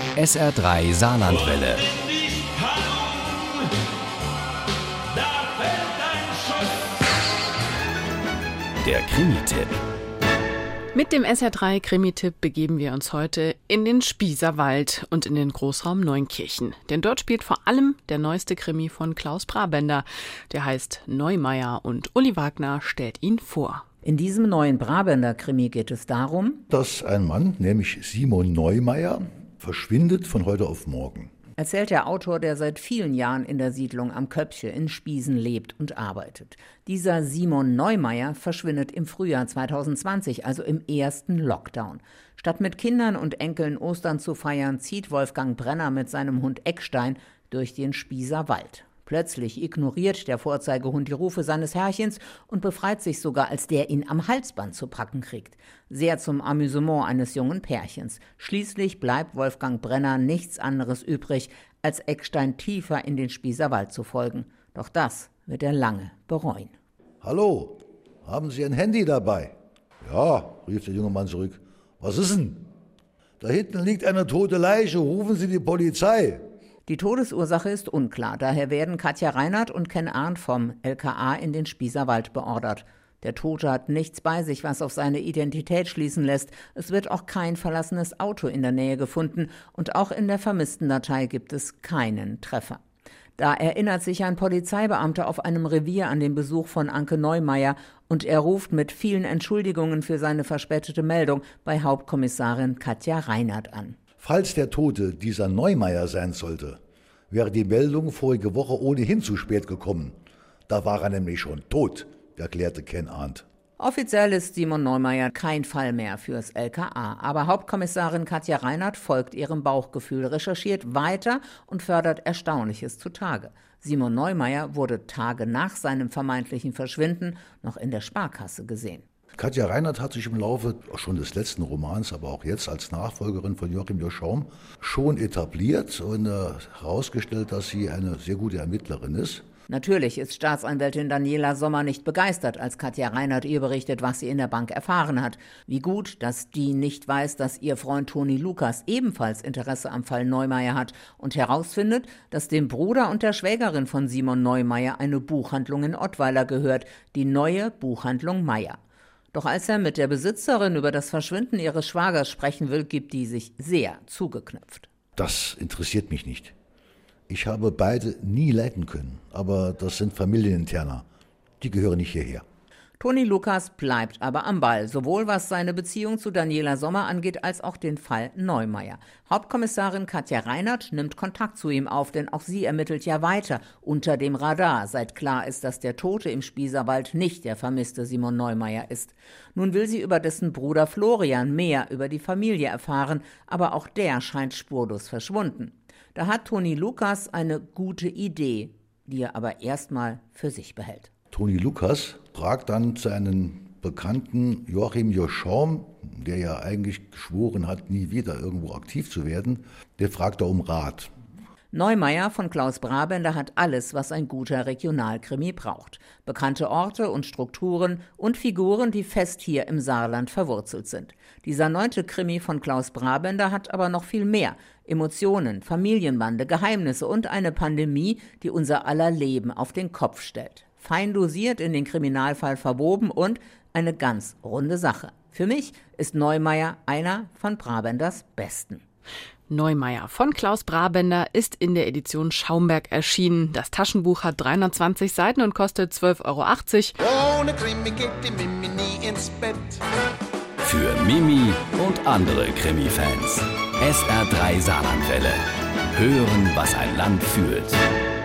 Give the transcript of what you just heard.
SR3 Saarlandwelle. Der Krimi-Tipp. Mit dem SR3 Krimi-Tipp begeben wir uns heute in den Spießerwald und in den Großraum Neunkirchen. Denn dort spielt vor allem der neueste Krimi von Klaus Brabender. Der heißt Neumeier und Uli Wagner stellt ihn vor. In diesem neuen Brabender-Krimi geht es darum, dass ein Mann, nämlich Simon Neumeier, verschwindet von heute auf morgen. Erzählt der Autor, der seit vielen Jahren in der Siedlung am Köpche in Spiesen lebt und arbeitet. Dieser Simon Neumeier verschwindet im Frühjahr 2020, also im ersten Lockdown. Statt mit Kindern und Enkeln Ostern zu feiern, zieht Wolfgang Brenner mit seinem Hund Eckstein durch den Spießer Wald. Plötzlich ignoriert der Vorzeigehund die Rufe seines Herrchens und befreit sich sogar, als der ihn am Halsband zu packen kriegt. Sehr zum Amüsement eines jungen Pärchens. Schließlich bleibt Wolfgang Brenner nichts anderes übrig, als Eckstein tiefer in den Spießer Wald zu folgen. Doch das wird er lange bereuen. »Hallo, haben Sie ein Handy dabei?« »Ja«, rief der junge Mann zurück. »Was ist denn?« »Da hinten liegt eine tote Leiche, rufen Sie die Polizei.« Die Todesursache ist unklar, daher werden Katja Reinert und Ken Arndt vom LKA in den Spießer Wald beordert. Der Tote hat nichts bei sich, was auf seine Identität schließen lässt. Es wird auch kein verlassenes Auto in der Nähe gefunden und auch in der Vermisstendatei gibt es keinen Treffer. Da erinnert sich ein Polizeibeamter auf einem Revier an den Besuch von Anke Neumeier und er ruft mit vielen Entschuldigungen für seine verspätete Meldung bei Hauptkommissarin Katja Reinert an. Falls der Tote dieser Neumeier sein sollte, wäre die Meldung vorige Woche ohnehin zu spät gekommen. Da war er nämlich schon tot, erklärte Ken Arndt. Offiziell ist Simon Neumeier kein Fall mehr fürs LKA, aber Hauptkommissarin Katja Reinert folgt ihrem Bauchgefühl, recherchiert weiter und fördert Erstaunliches zutage. Simon Neumeier wurde Tage nach seinem vermeintlichen Verschwinden noch in der Sparkasse gesehen. Katja Reinert hat sich im Laufe schon des letzten Romans, aber auch jetzt als Nachfolgerin von Joachim Joscham schon etabliert und herausgestellt, dass sie eine sehr gute Ermittlerin ist. Natürlich ist Staatsanwältin Daniela Sommer nicht begeistert, als Katja Reinert ihr berichtet, was sie in der Bank erfahren hat. Wie gut, dass die nicht weiß, dass ihr Freund Toni Lukas ebenfalls Interesse am Fall Neumeier hat und herausfindet, dass dem Bruder und der Schwägerin von Simon Neumeier eine Buchhandlung in Ottweiler gehört, die neue Buchhandlung Meier. Doch als er mit der Besitzerin über das Verschwinden ihres Schwagers sprechen will, gibt die sich sehr zugeknöpft. Das interessiert mich nicht. Ich habe beide nie leiten können, aber das sind Familieninterner. Die gehören nicht hierher. Toni Lukas bleibt aber am Ball, sowohl was seine Beziehung zu Daniela Sommer angeht, als auch den Fall Neumeier. Hauptkommissarin Katja Reinert nimmt Kontakt zu ihm auf, denn auch sie ermittelt ja weiter unter dem Radar, seit klar ist, dass der Tote im Spießerwald nicht der vermisste Simon Neumeier ist. Nun will sie über dessen Bruder Florian mehr über die Familie erfahren, aber auch der scheint spurlos verschwunden. Da hat Toni Lukas eine gute Idee, die er aber erstmal für sich behält. Toni Lukas fragt dann seinen Bekannten Joachim Joscham, der ja eigentlich geschworen hat, nie wieder irgendwo aktiv zu werden, der fragt da um Rat. Neumeier von Klaus Brabender hat alles, was ein guter Regionalkrimi braucht. Bekannte Orte und Strukturen und Figuren, die fest hier im Saarland verwurzelt sind. Dieser 9. Krimi von Klaus Brabender hat aber noch viel mehr. Emotionen, Familienbande, Geheimnisse und eine Pandemie, die unser aller Leben auf den Kopf stellt. Fein dosiert in den Kriminalfall verwoben und eine ganz runde Sache. Für mich ist Neumeier einer von Brabenders besten. Neumeier von Klaus Brabender ist in der Edition Schaumberg erschienen. Das Taschenbuch hat 320 Seiten und kostet 12,80 €. Ohne Krimi geht die Mimi nie ins Bett. Für Mimi und andere Krimi-Fans. SR3 Saarlandwelle. Hören, was ein Land fühlt.